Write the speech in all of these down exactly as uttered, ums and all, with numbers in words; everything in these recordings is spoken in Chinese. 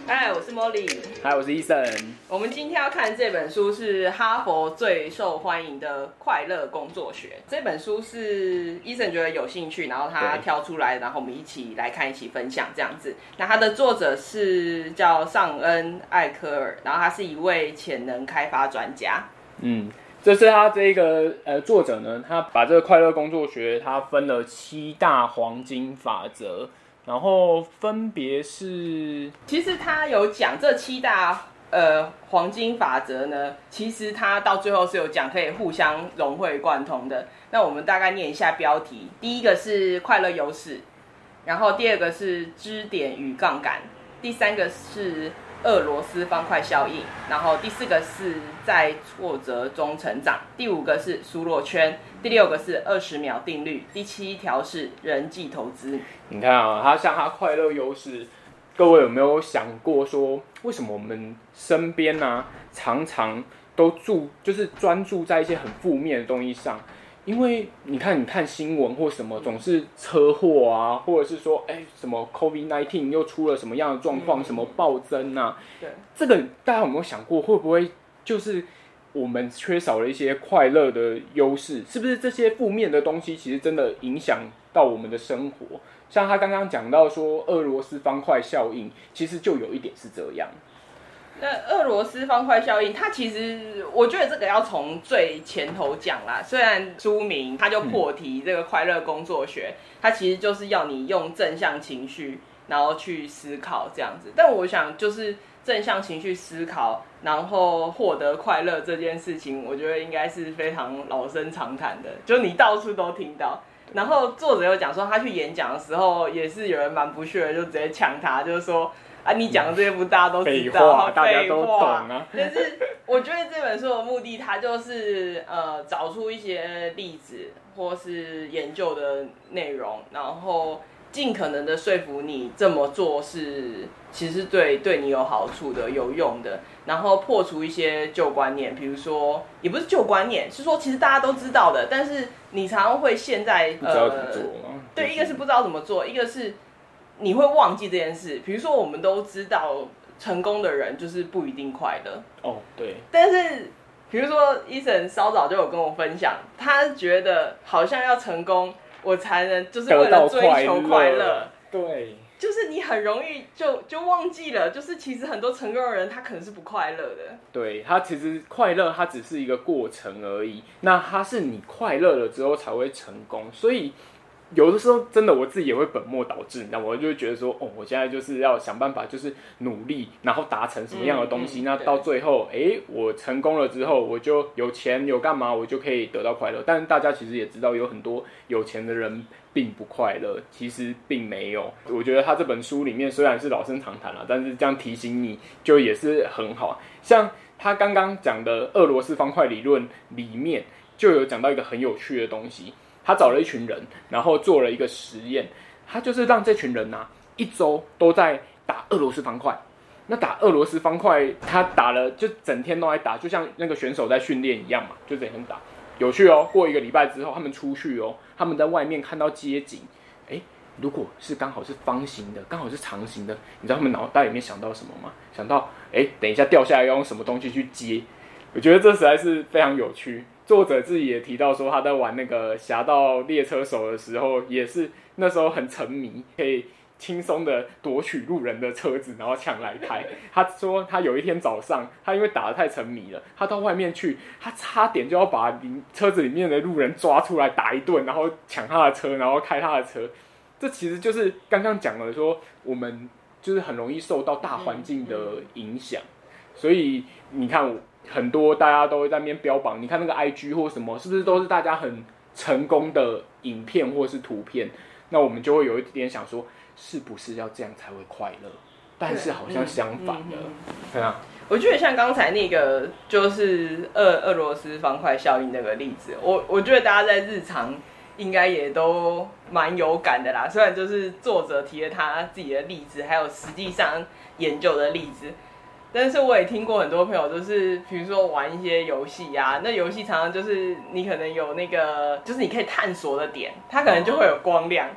嗨，我是 Molly。 嗨，我是 Eason。 我们今天要看这本书是哈佛最受欢迎的快乐工作学。这本书是 Eason 觉得有兴趣，然后他挑出来，然后我们一起来看，一起分享这样子。那他的作者是叫尚恩·艾科尔，然后他是一位潜能开发专家。 嗯。这是他这个呃作者呢，他把这个快乐工作学，他分了七大黄金法则，然后分别是， 其实他有讲这七大呃黄金法则呢，其实他到最后是有讲可以互相融会贯通的。那我们大概念一下标题，第一个是快乐优势，然后第二个是支点与杠杆，第三个是俄罗斯方块效应，然后第四个是在挫折中成长，第五个是苏洛圈，第六个是二十秒定律，第七条是人际投资。 你看啊，他像他快乐优势，各位有没有想过说，为什么我们身边啊常常都注就是专注在一些很负面的东西上？因为你看，你看新闻或什么，总是车祸啊，或者是说，哎，什么 COVID 十九 又出了什么样的状况，嗯、什么暴增啊？ 对， 这个大家有没有想过，会不会就是我们缺少了一些快乐的优势？是不是这些负面的东西其实真的影响到我们的生活？像他刚刚讲到说，俄罗斯方块效应，其实就有一点是这样。 那俄罗斯方块效应，它其实我觉得这个要从最前头讲啦。虽然书名它就破题，这个快乐工作学，它其实就是要你用正向情绪，然后去思考这样子。但我想，就是正向情绪思考，然后获得快乐这件事情，我觉得应该是非常老生常谈的，就你到处都听到。然后作者有讲说，他去演讲的时候，也是有人蛮不屑的，就直接抢他，就是说。啊，你讲的这些不大家都知道， 大家都懂啊。 但是我觉得这本书的目的，它就是呃找出一些例子或是研究的内容，然后尽可能的说服你这么做是其实对对你有好处的、有用的，然后破除一些旧观念，比如说也不是旧观念，是说其实大家都知道的，但是你常常会现在不知道怎么做、呃、 对，一个是不知道怎么做，一个是。你会忘记这件事，比如说我们都知道成功的人就是不一定快乐哦，对。 但是比如说Eason稍早就有跟我分享，他觉得好像要成功，我才能就是为了追求快乐， 对， 就是你很容易就就忘记了，就是其实很多成功的人他可能是不快乐的。 对，他其实快乐，它只是一个过程而已。那它是你快乐了之后才会成功，所以。有的时候真的我自己也会本末倒置，你知道吗？我就会觉得说，哦，我现在就是要想办法，就是努力，然后达成什么样的东西。嗯嗯、那到最后，哎，我成功了之后，我就有钱有干嘛，我就可以得到快乐。但是大家其实也知道，有很多有钱的人并不快乐，其实并没有。我觉得他这本书里面虽然是老生常谈啦，但是这样提醒你就也是很好。像他刚刚讲的俄罗斯方块理论里面，就有讲到一个很有趣的东西。他找了一群人，然后做了一个实验，他就是让这群人啊一周都在打俄罗斯方块。那打俄罗斯方块，他打了就整天都在打，就像那个选手在训练一样嘛，就整天打。有趣哦，过一个礼拜之后，他们出去哦，他们在外面看到街景，哎，如果是刚好是方形的，刚好是长形的，你知道他们脑袋里面想到什么吗？想到哎，等一下掉下来要用什么东西去接。我觉得这实在是非常有趣。作者自己也提到说，他在玩那个《侠盗猎车手》的时候，也是那时候很沉迷，可以轻松的夺取路人的车子，然后抢来开。他说他有一天早上，他因为打得太沉迷了，他到外面去，他差点就要把车子里面的路人抓出来打一顿，然后抢他的车，然后开他的车。这其实就是刚刚讲了说，我们就是很容易受到大环境的影响，所以你看。很多大家都会在那边标榜，你看那个 I G 或什么，是不是都是大家很成功的影片或是图片？那我们就会有一点想说，是不是要这样才会快乐？但是好像相反的，对啊。 我觉得像刚才那个就是俄俄罗斯方块效应那个例子，我我觉得大家在日常应该也都蛮有感的啦。虽然就是作者提了他自己的例子，还有实际上研究的例子。但是我也听过很多朋友，就是比如说玩一些游戏啊，那游戏常常就是你可能有那个，就是你可以探索的点，它可能就会有光亮。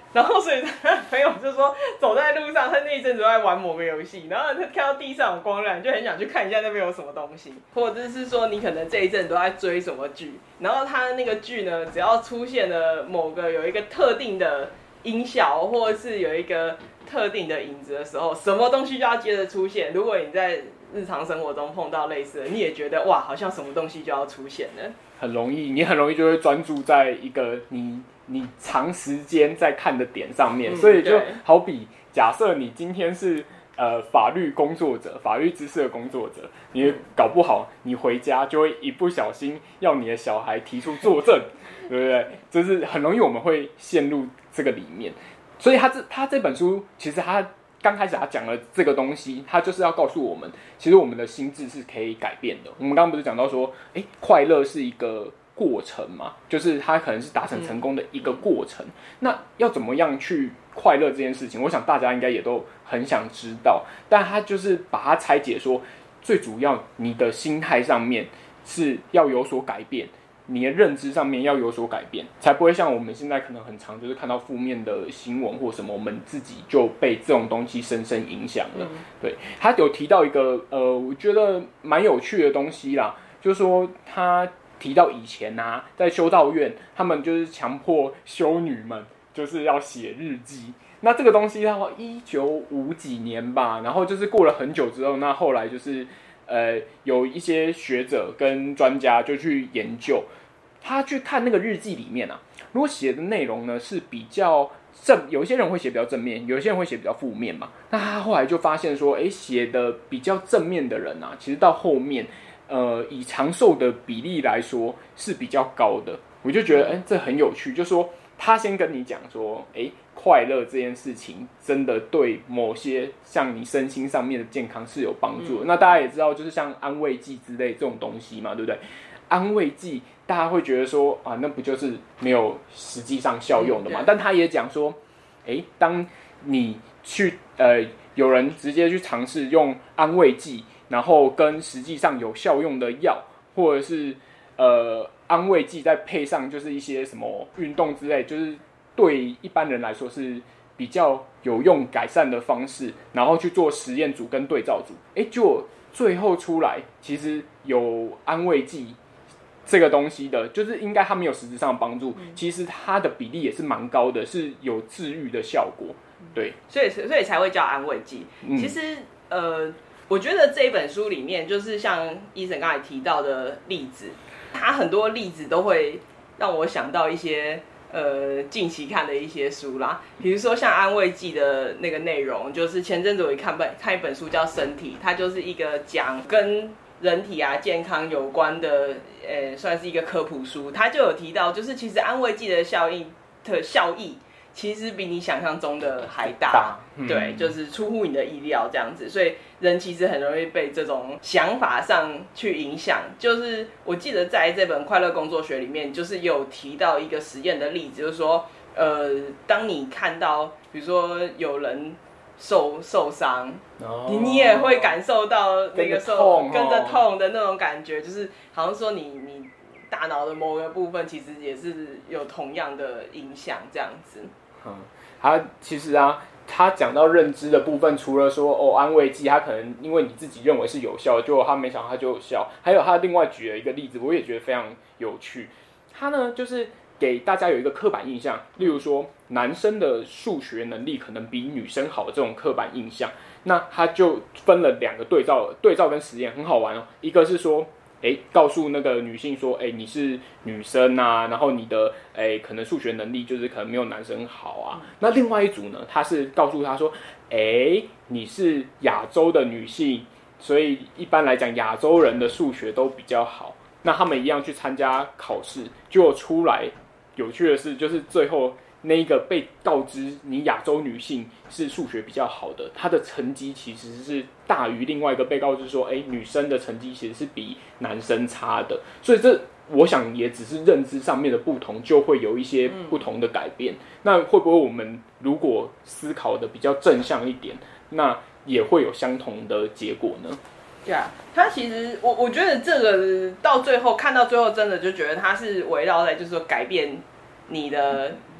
然后所以他朋友就说，走在路上，他那一阵子都在玩某个游戏，然后他看到地上有光亮，就很想去看一下那边有什么东西，或者是说你可能这一阵都在追什么剧，然后他那个剧呢，只要出现了某个有一个特定的音效，或者是有一个特定的影子的时候，什么东西就要接着出现。如果你在日常生活中碰到类似的，你也觉得哇，好像什么东西就要出现了， 很容易，你很容易就会专注在一个你你长时间在看的点上面，嗯、所以就好比假设你今天是呃法律工作者、法律知识的工作者，你搞不好你回家就会一不小心要你的小孩提出作证，对不对？就是很容易我们会陷入这个里面，所以他这他这本书其实他刚开始他讲了这个东西，他就是要告诉我们，其实我们的心智是可以改变的。我们刚刚不是讲到说，哎，快乐是一个过程嘛，就是它可能是达成成功的一个过程。嗯、那要怎么样去快乐这件事情，我想大家应该也都很想知道。但他就是把它拆解说，最主要你的心态上面是要有所改变。你的认知上面要有所改变，才不会像我们现在可能很常就是看到负面的新闻或什么，我们自己就被这种东西深深影响了。嗯、对，他有提到一个呃，我觉得蛮有趣的东西啦，就是说他提到以前啊，在修道院，他们就是强迫修女们就是要写日记。那这个东西到一九五几年吧，然后就是过了很久之后，那后来就是。呃，有一些学者跟专家就去研究，他去看那个日记里面啊，如果写的内容呢是比较正，有一些人会写比较正面，有一些人会写比较负面嘛。那他后来就发现说，哎，写的比较正面的人啊，其实到后面，呃，以长寿的比例来说是比较高的。我就觉得，哎，这很有趣，就说他先跟你讲说，哎。快乐这件事情真的对某些像你身心上面的健康是有帮助的。嗯、那大家也知道，就是像安慰剂之类这种东西嘛，对不对？安慰剂大家会觉得说啊，那不就是没有实际上效用的嘛？嗯、但他也讲说，哎，当你去呃有人直接去尝试用安慰剂，然后跟实际上有效用的药，或者是呃安慰剂再配上就是一些什么运动之类，就是。对一般人来说是比较有用改善的方式，然后去做实验组跟对照组，哎，就最后出来其实有安慰剂这个东西的，就是应该它没有实质上的帮助，嗯、其实它的比例也是蛮高的，是有治愈的效果，对， 所以所以才会叫安慰剂。嗯、其实呃，我觉得这一本书里面，就是像医生刚才提到的例子，他很多例子都会让我想到一些。呃，近期看的一些书啦，比如说像安慰剂的那个内容，就是前阵子我看本看一本书叫《身体》，它就是一个讲跟人体啊健康有关的，呃，算是一个科普书。它就有提到，就是其实安慰剂的效应的效益，其实比你想象中的还大，大嗯、对，就是出乎你的意料这样子，所以人其实很容易被这种想法上去影响。就是我记得在这本《快乐工作学》里面，就是有提到一个实验的例子，就是说，呃，当你看到比如说有人受受伤，哦、你也会感受到那个受跟着痛的那种感觉，就是好像说你你大脑的某个部分其实也是有同样的影响这样子。 嗯，他其实啊，他讲到认知的部分，除了说哦安慰剂，他可能因为你自己认为是有效的，结果他没想到他就有效。还有他另外举了一个例子，我也觉得非常有趣。他呢就是给大家有一个刻板印象，例如说男生的数学能力可能比女生好的这种刻板印象，那他就分了两个对照，对照跟实验很好玩哦。一个是说。哎，告诉那个女性说，哎，你是女生啊，然后你的哎可能数学能力就是可能没有男生好啊。嗯、那另外一组呢，他是告诉他说，哎，你是亚洲的女性，所以一般来讲亚洲人的数学都比较好。那他们一样去参加考试，结果出来有趣的是，就是最后。那一个被告知你亚洲女性是数学比较好的，她的成绩其实是大于另外一个被告知说，哎，女生的成绩其实是比男生差的。所以这我想也只是认知上面的不同，就会有一些不同的改变。嗯、那会不会我们如果思考的比较正向一点，那也会有相同的结果呢？ 对啊，他其实我我觉得这个到最后看到最后，真的就觉得他是围绕在就是说改变你的。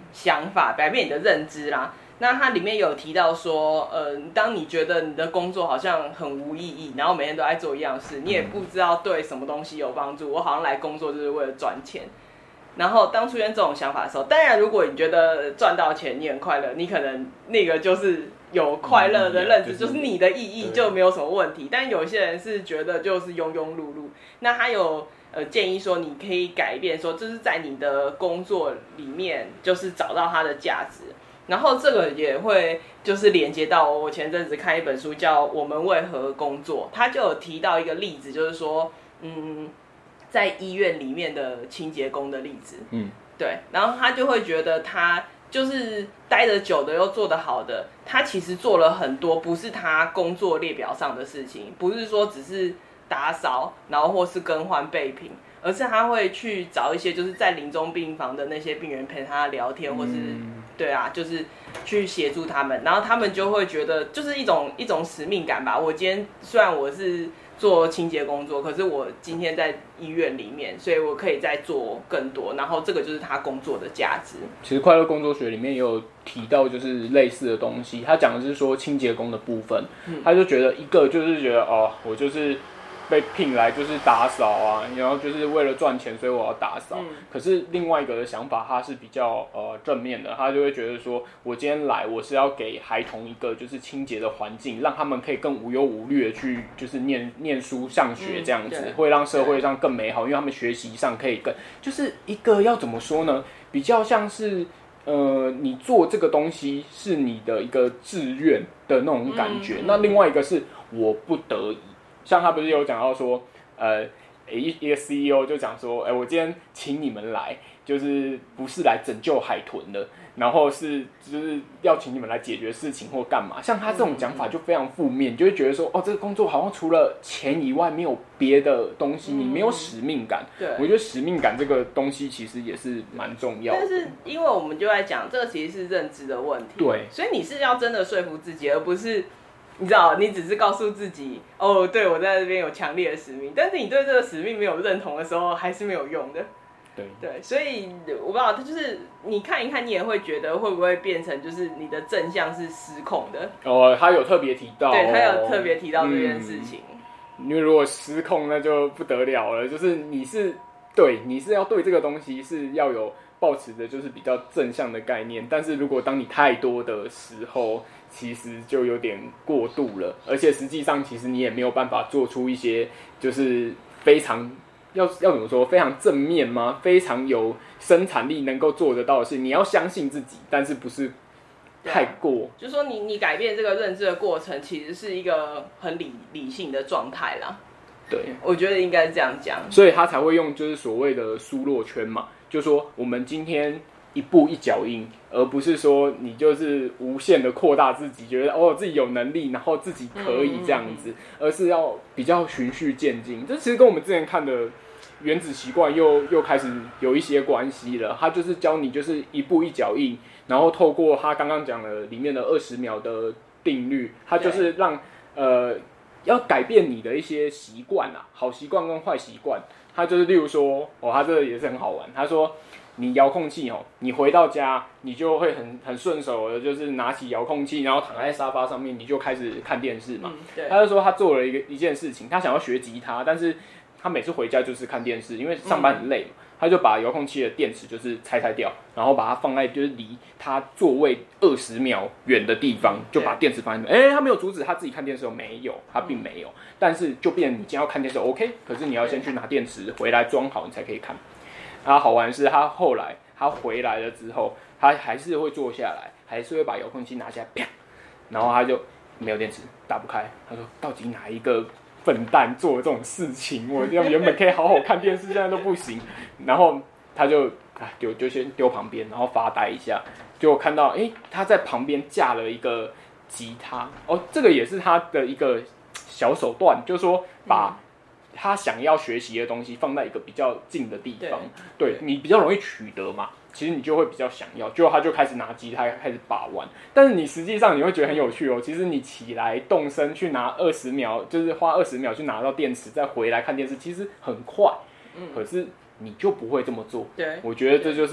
想法，改变你的认知啦。那它里面有提到说，呃，当你觉得你的工作好像很无意义，然后每天都在做一样事，你也不知道对什么东西有帮助，我好像来工作就是为了赚钱。然后当出现这种想法的时候，当然如果你觉得赚到钱你很快乐，你可能那个就是有快乐的认知，就是你的意义就没有什么问题。但有些人是觉得就是庸庸碌碌，那他有呃建议说，你可以改变说，就是在你的工作里面就是找到它的价值。然后这个也会就是连接到我前阵子看一本书叫《我们为何工作》，他就有提到一个例子，就是说，嗯，在医院里面的清洁工的例子，嗯，对，然后他就会觉得他就是待得久的又做得好的，他其实做了很多不是他工作列表上的事情，不是说只是打扫，然后或是更换备品，而是他会去找一些就是在临终病房的那些病人陪他聊天，或是、嗯、对啊，就是去协助他们，然后他们就会觉得就是一种一种使命感吧。我今天虽然我是做清洁工作，可是我今天在医院里面，所以我可以再做更多，然后这个就是他工作的价值。 其实快乐工作学里面也有提到就是类似的东西，他讲的是说清洁工的部分，嗯、他就觉得一个就是觉得哦，我就是被聘来就是打扫啊，然后就是为了赚钱，所以我要打扫。嗯、可是另外一个的想法，他是比较呃正面的，他就会觉得说，我今天来，我是要给孩童一个就是清洁的环境，让他们可以更无忧无虑的去就是念念书、上学这样子，嗯、会让社会上更美好，因为他们学习上可以更就是一个要怎么说呢？比较像是呃，你做这个东西是你的一个志愿的那种感觉。嗯、那另外一个是我不得已。像他不是有讲到说，呃，一一个 C E O 就讲说，哎、欸，我今天请你们来，就是不是来拯救海豚的，然后是就是要请你们来解决事情或干嘛。像他这种讲法就非常负面，你就会觉得说，哦，这个工作好像除了钱以外没有别的东西，你没有使命感。对，我觉得使命感这个东西其实也是蛮重要的。 但是因为我们就在讲，这个其实是认知的问题。对，所以你是要真的说服自己，而不是。你知道，你只是告诉自己，哦，对我在这边有强烈的使命，但是你对这个使命没有认同的时候，还是没有用的。对对，所以我不知道，它就是你看一看，你也会觉得会不会变成就是你的正向是失控的。 哦，他有特别提到， 对他有特别提到这件事情。 嗯、因为如果失控，那就不得了了。就是你是对，你是要对这个东西是要有抱持的，就是比较正向的概念。但是如果当你太多的时候，其实就有点过度了，而且实际上其实你也没有办法做出一些就是非常要要怎么说非常正面吗？非常有生产力能够做得到的事，你要相信自己，但是不是太过。 啊、就是说你你改变这个认知的过程，其实是一个很理理性的状态啦。对，我觉得应该这样讲， 所以他才会用就是所谓的苏洛圈嘛，就说我们今天。一步一脚印，而不是说你就是无限的扩大自己，觉得哦自己有能力，然后自己可以这样子，嗯嗯嗯而是要比较循序渐进。这其实跟我们之前看的《原子习惯又》又又开始有一些关系了。他就是教你就是一步一脚印，然后透过他刚刚讲的里面的二十秒的定律，他就是让呃要改变你的一些习惯啊，好习惯跟坏习惯。他就是例如说，哦，他这个也是很好玩，他说。你遥控器哦，你回到家，你就会很很顺手的，就是拿起遥控器，然后躺在沙发上面，你就开始看电视嘛。嗯、对。他就说他做了一个一件事情，他想要学吉他，但是他每次回家就是看电视，因为上班很累嘛，嗯、他就把遥控器的电池就是拆拆掉，然后把它放在就是离他座位二十秒远的地方，就把电池放在那。哎、欸，他没有阻止他自己看电视，没有，他并没有。嗯、但是就变成你今天要看电视 OK， 可是你要先去拿电池回来装好，你才可以看。他好玩的是，他后来他回来了之后，他还是会坐下来，还是会把遥控器拿下来，啪，然后他就没有电池，打不开。他说：“到底哪一个笨蛋做这种事情？我原本可以好好看电视，现在都不行。”然后他就啊丢就先丢旁边，然后发呆一下，结果看到哎他在旁边架了一个吉他，哦，这个也是他的一个小手段，就是说把。嗯他想要学习的东西放在一个比较近的地方，对, 对你比较容易取得嘛，其实你就会比较想要。结果他就开始拿吉他开始把玩，但是你实际上你会觉得很有趣哦。其实你起来动身去拿二十秒，就是花二十秒去拿到电池，再回来看电视，其实很快。嗯，可是你就不会这么做。对，我觉得这就是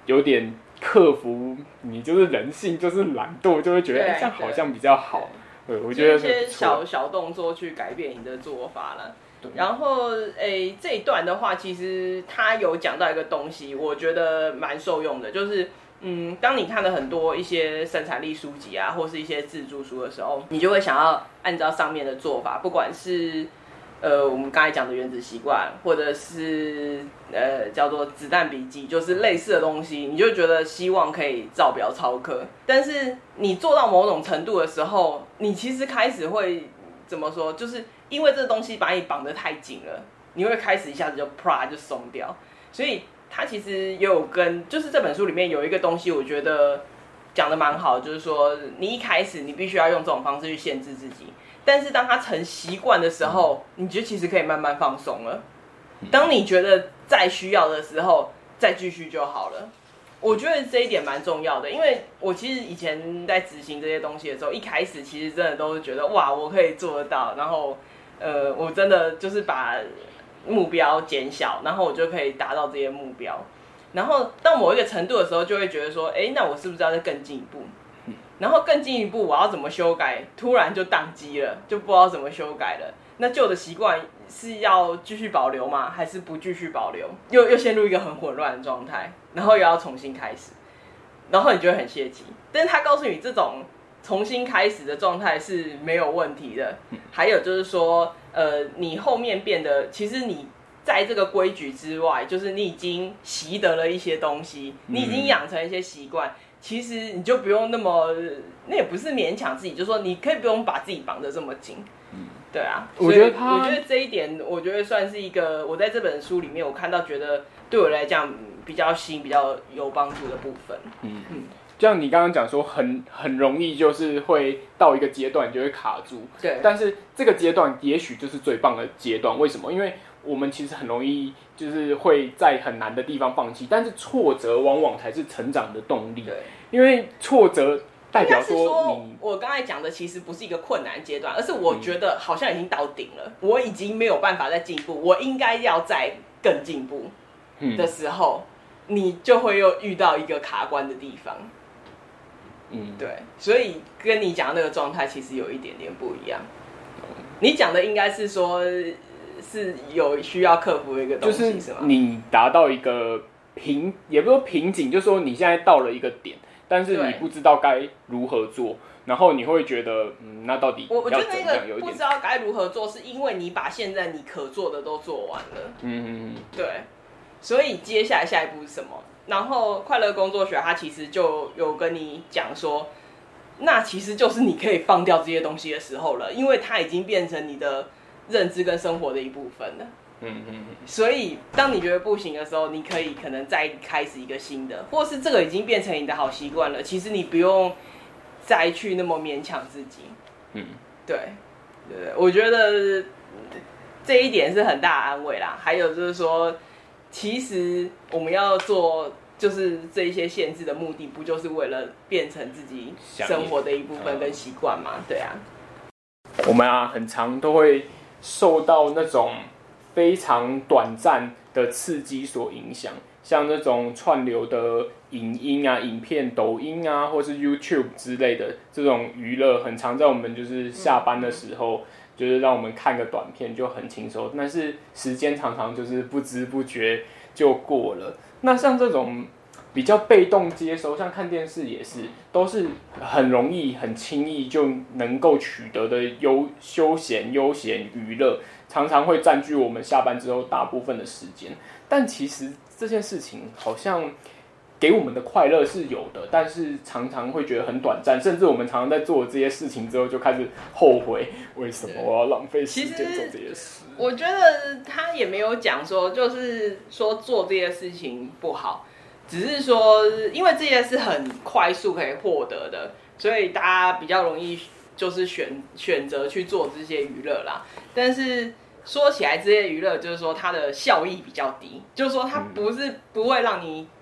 有点克服，你就是人性就是懒惰，就会觉得、欸、这样好像比较好。对，我觉得一些小小动作去改变你的做法了。然后，诶，这一段的话，其实他有讲到一个东西，我觉得蛮受用的，就是，嗯，当你看了很多一些生产力书籍啊，或是一些自助书的时候，你就会想要按照上面的做法，不管是，呃，我们刚才讲的原子习惯，或者是呃叫做子弹笔记，就是类似的东西，你就觉得希望可以照表操课。但是你做到某种程度的时候，你其实开始会怎么说，就是因为这东西把你绑得太紧了，你会开始一下子就啪就松掉。所以它其实也有跟，就是这本书里面有一个东西，我觉得讲得蛮好，就是说你一开始你必须要用这种方式去限制自己。但是当它成习惯的时候，你就其实可以慢慢放松了。当你觉得再需要的时候，再继续就好了。我觉得这一点蛮重要的，因为我其实以前在执行这些东西的时候，一开始其实真的都是觉得哇，我可以做得到，然后呃，我真的就是把目标减小，然后我就可以达到这些目标。然后到某一个程度的时候，就会觉得说，哎，那我是不是要再更进一步？然后更进一步，我要怎么修改？突然就宕机了，就不知道怎么修改了。那旧的习惯是要继续保留吗？还是不继续保留？又又陷入一个很混乱的状态，然后又要重新开始，然后你就会很泄气。但是他告诉你，这种重新开始的状态是没有问题的。还有就是说，呃，你后面变得，其实你在这个规矩之外，就是你已经习得了一些东西，你已经养成一些习惯。其实你就不用那么，那也不是勉强自己，就是说你可以不用把自己绑得这么紧，嗯，对啊。 我觉得他， 我觉得这一点，我觉得算是一个我在这本书里面我看到觉得对我来讲比较新、比较有帮助的部分。 嗯嗯，像你刚刚讲说很很容易就是会到一个阶段你就会卡住， 对。 但是这个阶段也许就是最棒的阶段，为什么？因为我们其实很容易就是会在很难的地方放弃，但是挫折往往才是成长的动力。 对， 因为挫折代表说你， 说我刚才讲的其实不是一个困难阶段，而是我觉得好像已经到顶了，嗯、我已经没有办法再进步，我应该要再更进步的时候，嗯、你就会又遇到一个卡关的地方。嗯，对，所以跟你讲的那个状态其实有一点点不一样。你讲的应该是说。是有需要克服的一个东西， 就是你达到一个瓶，也不是说瓶颈，就是说你现在到了一个点，但是你不知道该如何做，然后你会觉得，嗯，那到底我我觉得那个不知道该如何做，是因为你把现在你可做的都做完了，嗯嗯嗯，对，所以接下来下一步是什么？然后快乐工作学它其实就有跟你讲说，那其实就是你可以放掉这些东西的时候了，因为它已经变成你的。认知跟生活的一部分了，嗯嗯，所以当你觉得不行的时候，你可以可能再开始一个新的，或是这个已经变成你的好习惯了，其实你不用再去那么勉强自己，嗯，对，对，我觉得这一点是很大的安慰啦。还有就是说，其实我们要做就是这一些限制的目的，不就是为了变成自己生活的一部分跟习惯吗？对啊， 我们啊，很常都会。受到那种非常短暂的刺激所影响，像那种串流的影音啊、影片、抖音啊，或是 YouTube 之类的这种娱乐，很常在我们就是下班的时候，就是让我们看个短片就很轻松，但是时间常常就是不知不觉就过了。那像这种比较被动接收，像看电视也是，都是很容易、很轻易就能够取得的悠休闲、悠闲娱乐，常常会占据我们下班之后大部分的时间。但其实这件事情好像给我们的快乐是有的，但是常常会觉得很短暂，甚至我们常常在做这些事情之后就开始后悔，为什么我要浪费时间做这些事？ 我觉得他也没有讲说，就是说做这些事情不好。只是说，因为这些是很快速可以获得的，所以大家比较容易就是选选择去做这些娱乐啦。但是说起来，这些娱乐就是说它的效益比较低，就是说它不是不会让你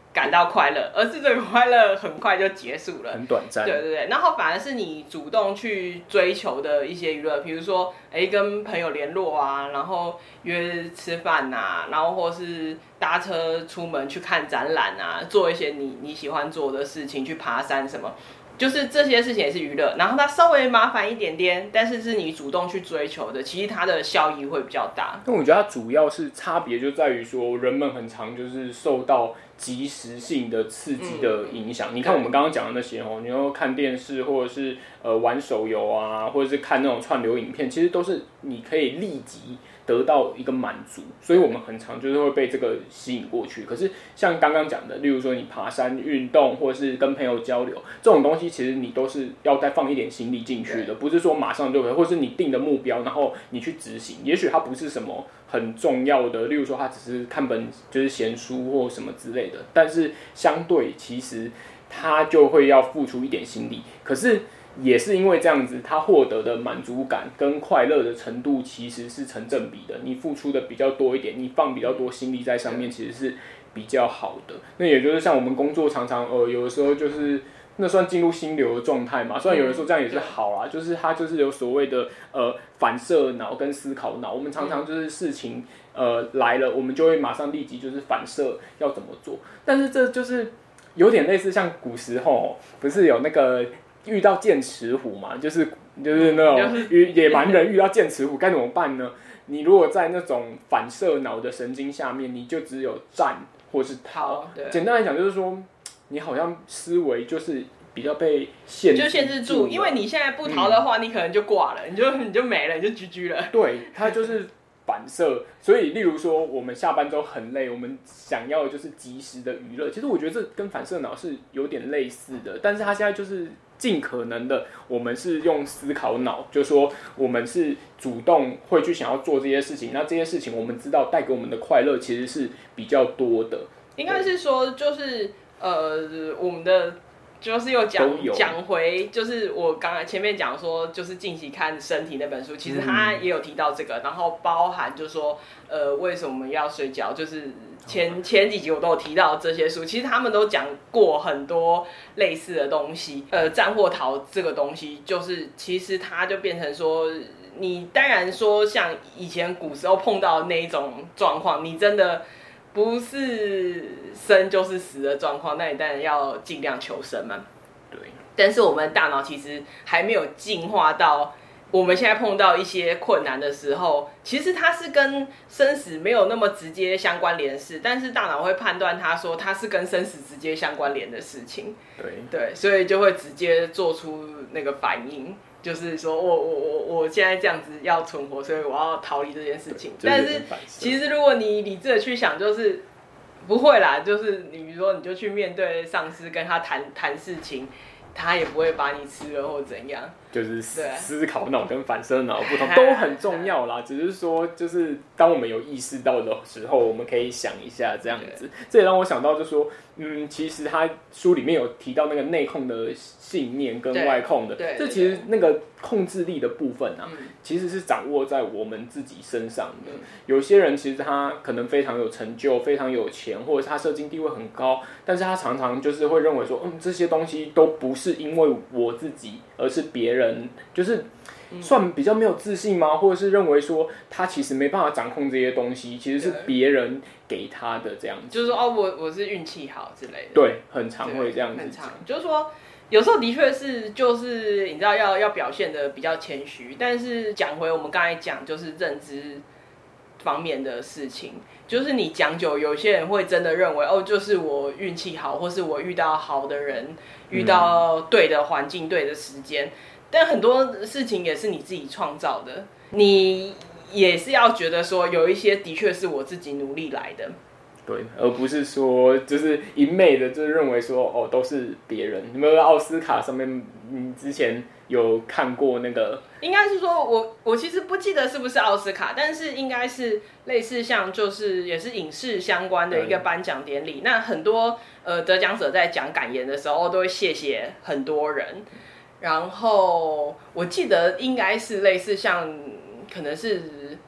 感到快乐，而是这个快乐很快就结束了， 很短暂。 对对对，然后反而是你主动去追求的一些娱乐，比如说哎跟朋友联络啊，然后约吃饭啊，然后或是搭车出门去看展览啊，做一些你你喜欢做的事情，去爬山什么。就是这些事情也是娱乐，然后它稍微麻烦一点点，但是是你主动去追求的，其实它的效益会比较大。 但我觉得它主要是差别就在于说，人们很常就是受到即时性的刺激的影响。嗯、你看我们刚刚讲的那些哦，你要看电视或者是呃玩手游啊，或者是看那种串流影片，其实都是你可以立即得到一个满足，所以我们很常就是会被这个吸引过去。可是像刚刚讲的，例如说你爬山运动，或者是跟朋友交流这种东西，其实你都是要再放一点心力进去的，不是说马上就可以，或是你定的目标，然后你去执行。也许它不是什么很重要的，例如说它只是看本就是闲书或什么之类的，但是相对其实它就会要付出一点心力。可是也是因为这样子，他获得的满足感跟快乐的程度其实是成正比的。你付出的比较多一点，你放比较多心力在上面，其实是比较好的。那也就是像我们工作常常呃，有的时候就是那算进入心流的状态嘛。虽然有人说这样也是好啦，就是它就是有所谓的呃反射脑跟思考脑。我们常常就是事情呃来了，我们就会马上立即就是反射要怎么做。但是这就是有点类似像古时候不是有那个。遇到剑齿虎嘛，就是就是那种野蛮人遇到剑齿虎该怎么办呢？你如果在那种反射脑的神经下面，你就只有战或是逃。简单来讲就是说，你好像思维就是比较被限制， 就限制住，因为你现在不逃的话，嗯、你可能就挂了，你就你就没了，你就 G G 了。 对，它就是反射。所以，例如说，我们下班之后很累，我们想要的就是及时的娱乐。其实我觉得这跟反射脑是有点类似的，但是它现在就是尽可能的，我们是用思考脑，就是说我们是主动会去想要做这些事情。那这些事情我们知道带给我们的快乐其实是比较多的。 应该是说，就是呃，我们的。就是又讲讲回，就是我刚才前面讲说，就是近期看身体那本书，其实他也有提到这个，然后包含就是说，呃，为什么我们要睡觉，就是前前几集我都有提到这些书，其实他们都讲过很多类似的东西。呃，战或逃这个东西，就是其实它就变成说，你当然说像以前古时候碰到的那一种状况，你真的。不是生就是死的状况，那你当然要尽量求生嘛。 对。 但是我们大脑其实还没有进化到我们现在碰到一些困难的时候，其实它是跟生死没有那么直接相关联的事，但是大脑会判断它说它是跟生死直接相关联的事情。 对。 对，所以就会直接做出那个反应。就是说我我我我现在这样子要存活，所以我要逃离这件事情。但是其实如果你理智的去想，就是不会啦，就是你比如说你就去面对上司，跟他谈谈事情，他也不会把你吃了或怎样。 就是思考脑跟反射脑不同都很重要啦，只是说就是当我们有意识到的时候，我们可以想一下这样子。这也让我想到，就说嗯，其实他书里面有提到那个内控的信念跟外控的，这其实那个控制力的部分啊，嗯、其实是掌握在我们自己身上的。嗯、有些人其实他可能非常有成就，非常有钱，或者是他社经地位很高，但是他常常就是会认为说，嗯，这些东西都不是因为我自己，而是别人。人就是算比较没有自信吗？或者是认为说他其实没办法掌控这些东西，其实是别人给他的这样子。 就是说哦，我我是运气好之类的。 对，很常会这样子讲。 就是说，有时候的确是，就是你知道要要表现的比较谦虚，但是讲回我们刚才讲，就是认知方面的事情，就是你讲久，有些人会真的认为哦，就是我运气好，或是我遇到好的人。遇到对的环境、对的时间，但很多事情也是你自己创造的，你也是要觉得说有一些的确是我自己努力来的， 对，而不是说就是一昧的就认为说哦都是别人。有没有奥斯卡上面你之前有看过那个？ 应该是说我我其实不记得是不是奥斯卡，但是应该是类似像就是也是影视相关的一个颁奖典礼。那很多呃得奖者在讲感言的时候都会谢谢很多人，然后我记得应该是类似像可能是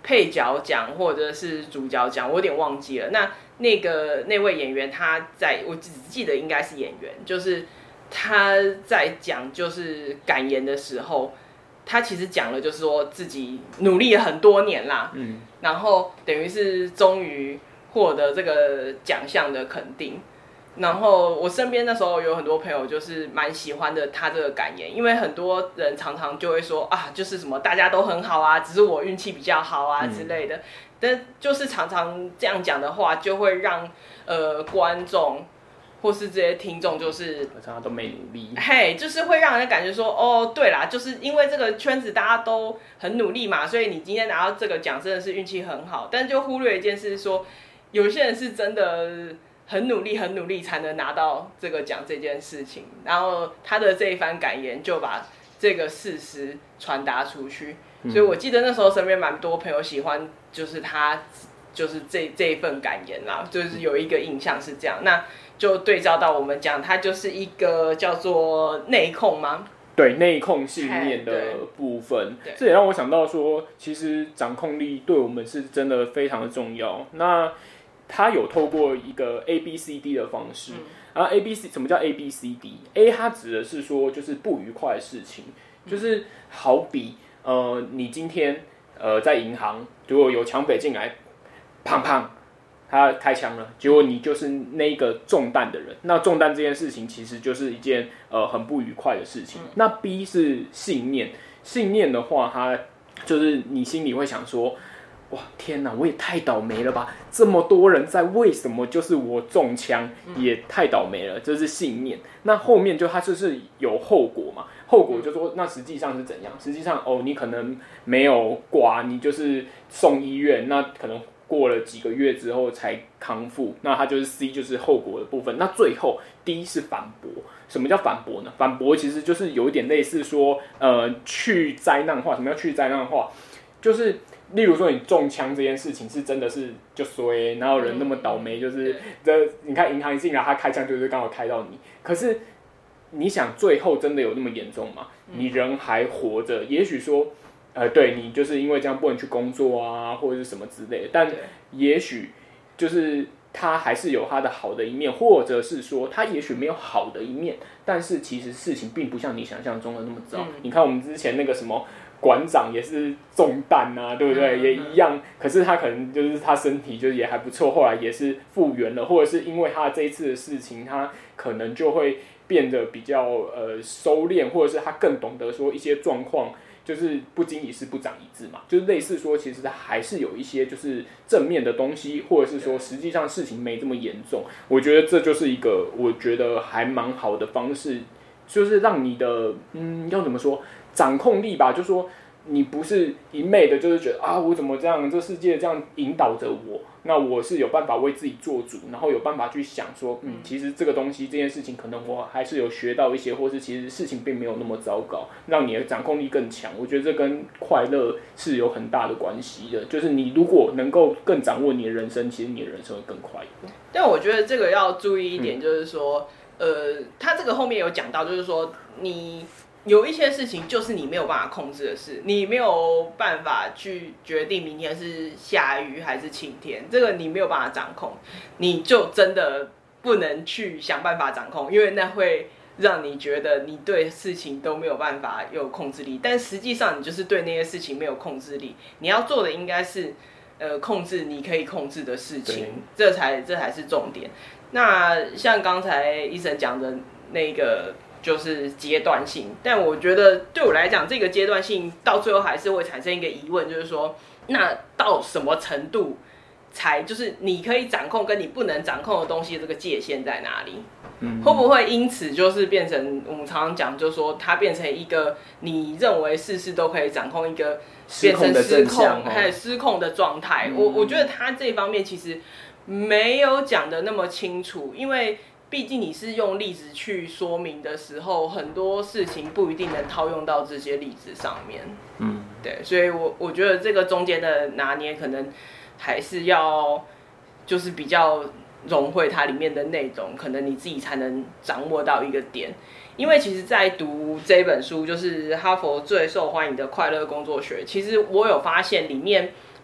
配角奖或者是主角奖，我有点忘记了。那那个那位演员他在我只记得应该是演员，就是他在讲就是感言的时候，他其实讲了就是说自己努力了很多年啦，嗯，然后等于是终于获得这个奖项的肯定。然后我身边那时候有很多朋友就是蛮喜欢的他这个感言，因为很多人常常就会说啊，就是什么大家都很好啊，只是我运气比较好啊之类的。嗯、但就是常常这样讲的话，就会让呃观众或是这些听众就是常常都没努力， 嘿，就是会让人感觉说哦，对啦，就是因为这个圈子大家都很努力嘛，所以你今天拿到这个奖真的是运气很好。但就忽略一件事是说，有些人是真的很努力很努力才能拿到这个奖这件事情，然后他的这一番感言就把这个事实传达出去、嗯、所以我记得那时候身边蛮多朋友喜欢就是他就是这这一份感言啦，就是有一个印象是这样。那就对照到我们讲他就是一个叫做内控吗？ 对，内控信念的部分，这也让我想到说其实掌控力对我们是真的非常的重要。那他有透过一个 A B C D 的方式，嗯、然后 A B C 什么叫 A B C D？A 它指的是说就是不愉快的事情，嗯、就是好比呃你今天呃在银行如果有抢匪进来，砰砰他开枪了，结果你就是那个中弹的人，那中弹这件事情其实就是一件呃很不愉快的事情。嗯、那 B 是信念，信念的话，它就是你心里会想说。哇天哪，我也太倒霉了吧！这么多人在，为什么就是我中枪？也太倒霉了，这是信念。那后面就它就是有后果嘛，后果就说那实际上是怎样？实际上哦，你可能没有挂，你就是送医院，那可能过了几个月之后才康复，那它就是 C 就是后果的部分。那最后 D 是反驳。什么叫反驳呢？反驳其实就是有一点类似说，呃，去灾难化。什么叫去灾难化？就是例如说你中枪这件事情是真的是就衰，哪有人那么倒霉？就是这你看银行一进来，他开枪就是刚好开到你。可是你想最后真的有那么严重吗？你人还活着，也许说，呃，对你就是因为这样不能去工作啊，或者是什么之类的。但也许就是他还是有他的好的一面，或者是说他也许没有好的一面，但是其实事情并不像你想象中的那么糟。嗯、你看我们之前那个什么。馆长也是中弹啊，对不对？嗯、也一样，可是他可能就是他身体就是也还不错，后来也是复原了，或者是因为他这一次的事情，他可能就会变得比较呃收敛，或者是他更懂得说一些状况，就是不经一事不长一智嘛，就是类似说，其实他还是有一些就是正面的东西，或者是说实际上事情没这么严重。我觉得这就是一个我觉得还蛮好的方式，就是让你的嗯要怎么说？掌控力吧，就说你不是一昧的，就是觉得啊，我怎么这样，这世界这样引导着我，那我是有办法为自己做主，然后有办法去想说，嗯，其实这个东西这件事情，可能我还是有学到一些，或是其实事情并没有那么糟糕，让你的掌控力更强。我觉得这跟快乐是有很大的关系的，就是你如果能够更掌握你的人生，其实你的人生会更快乐。 但我觉得这个要注意一点，就是说，嗯、呃，他这个后面有讲到，就是说你。有一些事情就是你没有办法控制的事，你没有办法去决定明天是下雨还是晴天，这个你没有办法掌控，你就真的不能去想办法掌控，因为那会让你觉得你对事情都没有办法有控制力，但实际上你就是对那些事情没有控制力，你要做的应该是呃控制你可以控制的事情，这才这才是重点。那像刚才医生讲的那个。就是阶段性，但我觉得对我来讲，这个阶段性到最后还是会产生一个疑问，就是说，那到什么程度才就是你可以掌控跟你不能掌控的东西的这个界限在哪里？嗯，会不会因此就是变成我们常常讲，就是说它变成一个你认为事事都可以掌控，一个变成失控还有失控的状态？嗯、我我觉得他这方面其实没有讲的那么清楚，因为。毕竟你是用例子去说明的时候，很多事情不一定能套用到这些例子上面。嗯，对，所以我我觉得这个中间的拿捏，可能还是要就是比较融会它里面的内容，可能你自己才能掌握到一个点。因为其实，在读这本书，就是哈佛最受欢迎的快乐工作学，其实我有发现里面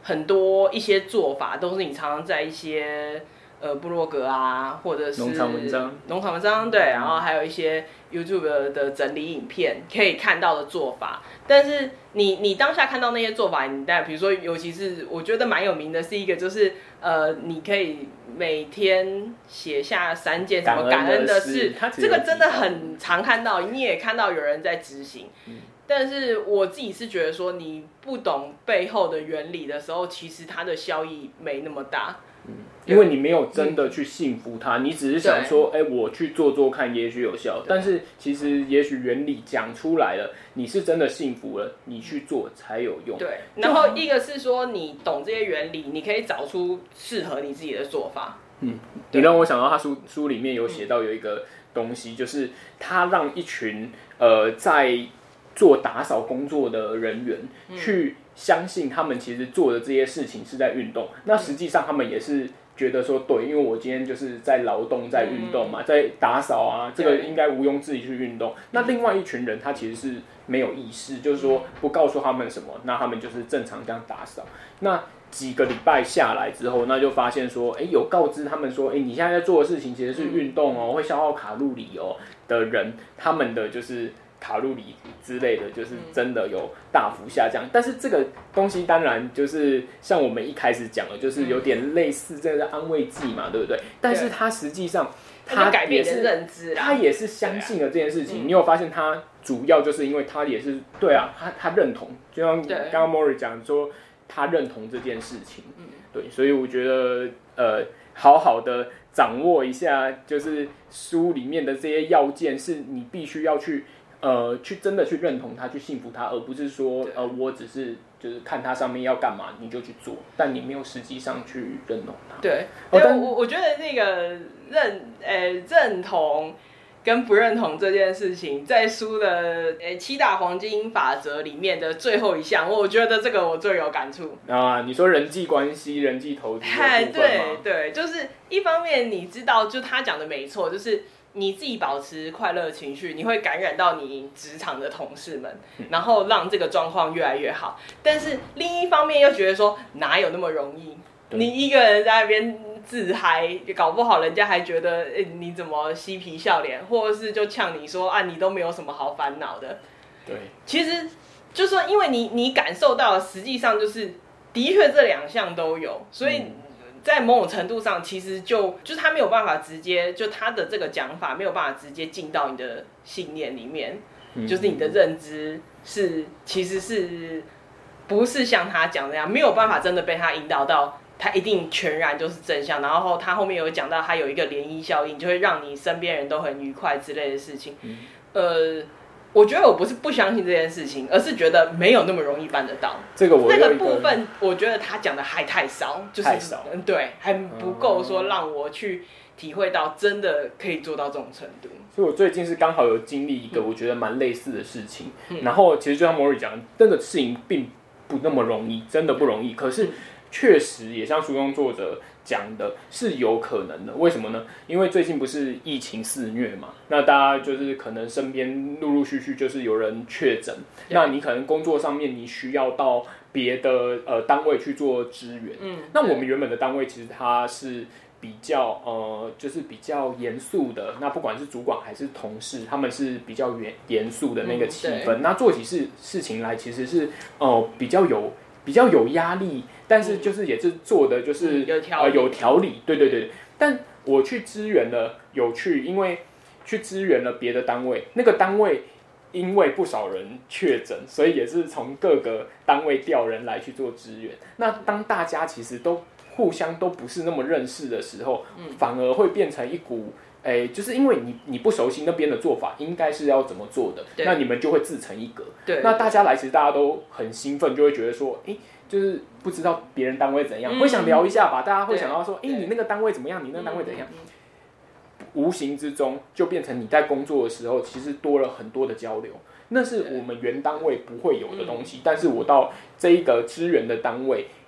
很多一些做法都是你常常在一些呃部落格啊，或者是农场文章， 农场文章对，然后还有一些 YouTube 的整理影片可以看到的做法。但是你你当下看到那些做法，你当然比如说，尤其是我觉得蛮有名的是一个，就是呃，你可以每天写下三件什么感恩的事，这个真的很常看到，你也看到有人在执行。嗯，但是我自己是觉得说，你不懂背后的原理的时候，其实它的效益没那么大。 嗯，因为你没有真的去信服它，嗯、你只是想说，哎、欸，我去做做看，也许有效。但是其实也许原理讲出来了，你是真的信服了，你去做才有用。 对，然后一个是说你懂这些原理，你可以找出适合你自己的做法。 嗯，你让我想到他书书里面有写到有一个东西，就是他让一群呃在做打扫工作的人员去相信他们其实做的这些事情是在运动，那实际上他们也是觉得说对，因为我今天就是在劳动在运动嘛，在打扫啊，这个应该毋庸置疑去运动。那另外一群人他其实是没有意识，就是说不告诉他们什么，那他们就是正常这样打扫。那几个礼拜下来之后，那就发现说，哎，有告知他们说，哎，你现在在做的事情其实是运动哦，会消耗卡路里哦的人，他们的就是卡路里之类的，就是真的有大幅下降。但是这个东西当然就是像我们一开始讲的，就是有点类似这个安慰剂嘛，对不对？但是它实际上他改变你的认知， 他也是相信了这件事情。啊嗯、你有发现他主要就是因为他也是对啊，他他认同，就像刚刚 Mori 讲说。他认同这件事情，嗯，对，所以我觉得，呃，好好的掌握一下，就是书里面的这些要件，是你必须要去，呃，去真的去认同它，去信服它，而不是说，呃，我只是就是看它上面要干嘛你就去做，但你没有实际上去认同它。 对，哦、但我我觉得那个认，呃，认同。跟不认同这件事情，在书的诶七大黄金法则里面的最后一项，我觉得这个我最有感触啊。你说人际关系、人际投资的部分吗？ 对对，就是一方面你知道，就他讲的没错，就是你自己保持快乐情绪，你会感染到你职场的同事们，然后让这个状况越来越好。但是另一方面又觉得说，哪有那么容易？你一个人在那边自嗨，搞不好人家还觉得、欸、你怎么嬉皮笑脸，或者是就呛你说啊，你都没有什么好烦恼的。 对， 其实就说因为你你感受到，实际上就是的确这两项都有，所以在某种程度上，其实就就是他没有办法直接就他的这个讲法没有办法直接进到你的信念里面，嗯、就是你的认知是其实是不是像他讲那样，没有办法真的被他引导到。他一定全然就是正向，然后他后面有讲到，他有一个涟漪效应，就会让你身边人都很愉快之类的事情。嗯、呃，我觉得我不是不相信这件事情，而是觉得没有那么容易办得到。 这个我那个部分，我觉得他讲的还太少，就是太少， 嗯，对，还不够说让我去体会到真的可以做到这种程度。 所以我最近是刚好有经历一个我觉得蛮类似的事情，嗯、然后其实就像 Mori 讲，这个事情并不那么容易，真的不容易。可是。确实也像书中作者讲的是有可能的，为什么呢？因为最近不是疫情肆虐嘛，那大家就是可能身边陆陆续续就是有人确诊，那你可能工作上面你需要到别的呃单位去做支援，嗯，那我们原本的单位其实它是比较呃就是比较严肃的，那不管是主管还是同事，他们是比较严严肃的那个气氛，嗯、那做起事事情来其实是呃比较有。比较有压力，但是就是也是做的就是、 嗯、有条理、 呃、有条理，对对对。但我去支援了，有去，因为去支援了别的单位，那个单位因为不少人确诊，所以也是从各个单位调人来去做支援。那当大家其实都互相都不是那么认识的时候，嗯、反而会变成一股。哎，就是因为你你不熟悉那边的做法，应该是要怎么做的，那你们就会自成一格。 对， 那大家来，其实大家都很兴奋，就会觉得说，哎，就是不知道别人单位怎样，嗯、会想聊一下吧。大家会想到说，哎，你那个单位怎么样？你那个单位怎样？嗯、无形之中就变成你在工作的时候，其实多了很多的交流。那是我们原单位不会有的东西，但是我到这一个支援的单位。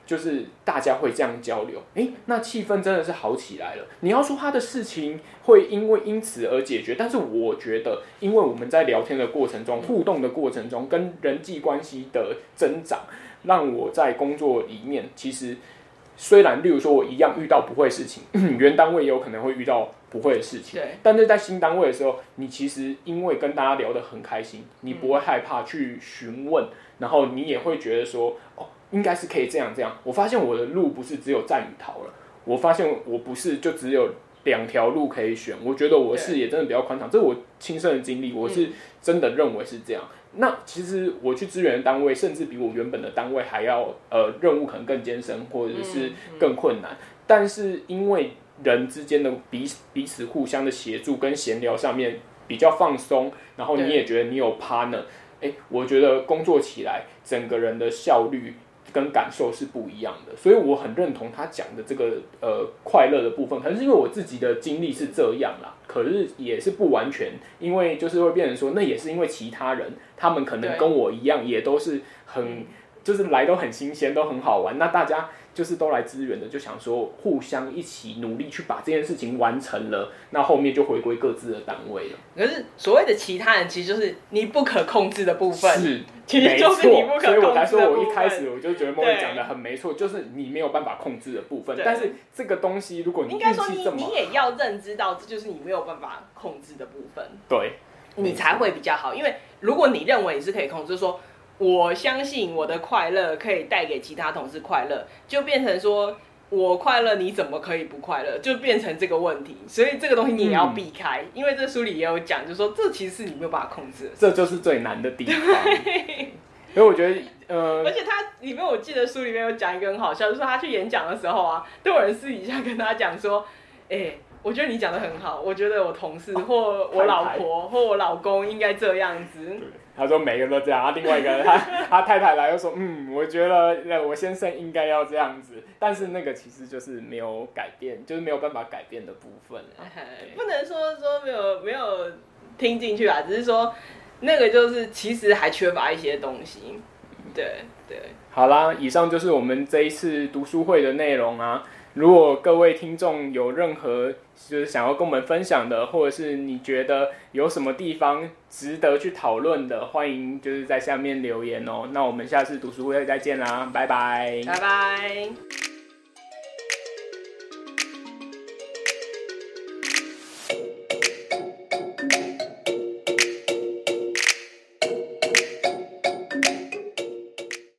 就是大家会这样交流，哎，那气氛真的是好起来了。你要说他的事情会因为因此而解决，但是我觉得，因为我们在聊天的过程中、互动的过程中，跟人际关系的增长，让我在工作里面，其实虽然，例如说我一样遇到不会的事情，原单位也有可能会遇到不会的事情，但是在新单位的时候，你其实因为跟大家聊得很开心，你不会害怕去询问，然后你也会觉得说，哦。应该是可以这样这样。我发现我的路不是只有战与逃了，我发现我不是就只有两条路可以选。我觉得我的视野真的比较宽敞，这是我亲身的经历，我是真的认为是这样。嗯、那其实我去支援的单位，甚至比我原本的单位还要呃任务可能更艰深，或者是更困难。嗯嗯、但是因为人之间的彼彼此互相的协助跟闲聊上面比较放松，然后你也觉得你有 partner， 哎，我觉得工作起来整个人的效率跟感受是不一样的，所以我很认同他讲的这个呃快乐的部分，可能是因为我自己的经历是这样啦，可是也是不完全，因为就是会变成说，那也是因为其他人他们可能跟我一样，也都是很就是来都很新鲜，都很好玩，那大家就是都来支援的，就想说互相一起努力去把这件事情完成了，那后面就回归各自的单位了。 可是所谓的其他人，其实就是你不可控制的部分。 是。 其实就是你不可控制的部分， 所以我才说，我一开始我就觉得莫瑞讲的很没错，就是你没有办法控制的部分。但是这个东西，如果你运气这么好，应该说你你也要认知到，这就是你没有办法控制的部分。 对， 你才会比较好。因为如果你认为你是可以控制，就是说我相信我的快乐可以带给其他同事快乐，就变成说。我快乐，你怎么可以不快乐？就变成这个问题，所以这个东西你也要避开，嗯、因为这书里也有讲，就是说这其实是你没有办法控制的， 这就是最难的地方。所以我觉得，呃， 而且他里面我记得书里面有讲一个很好笑，就是说他去演讲的时候啊，都有人私底下跟他讲说，哎、欸。我觉得你讲得很好，我觉得我同事或我老婆、哦、或我老公应该这样子。 对，他说每个人都这样，啊，另外一个人他他太太来又说，嗯，我觉得我先生应该要这样子，但是那个其实就是没有改变，就是没有办法改变的部分不能说说没有没有听进去啊，只是说那个就是其实还缺乏一些东西。对对。 好啦，以上就是我们这一次读书会的内容啊。如果各位听众有任何就是想要跟我们分享的，或者是你觉得有什么地方值得去讨论的，欢迎就是在下面留言哦。那我们下次读书会再见啦，拜拜， 拜拜。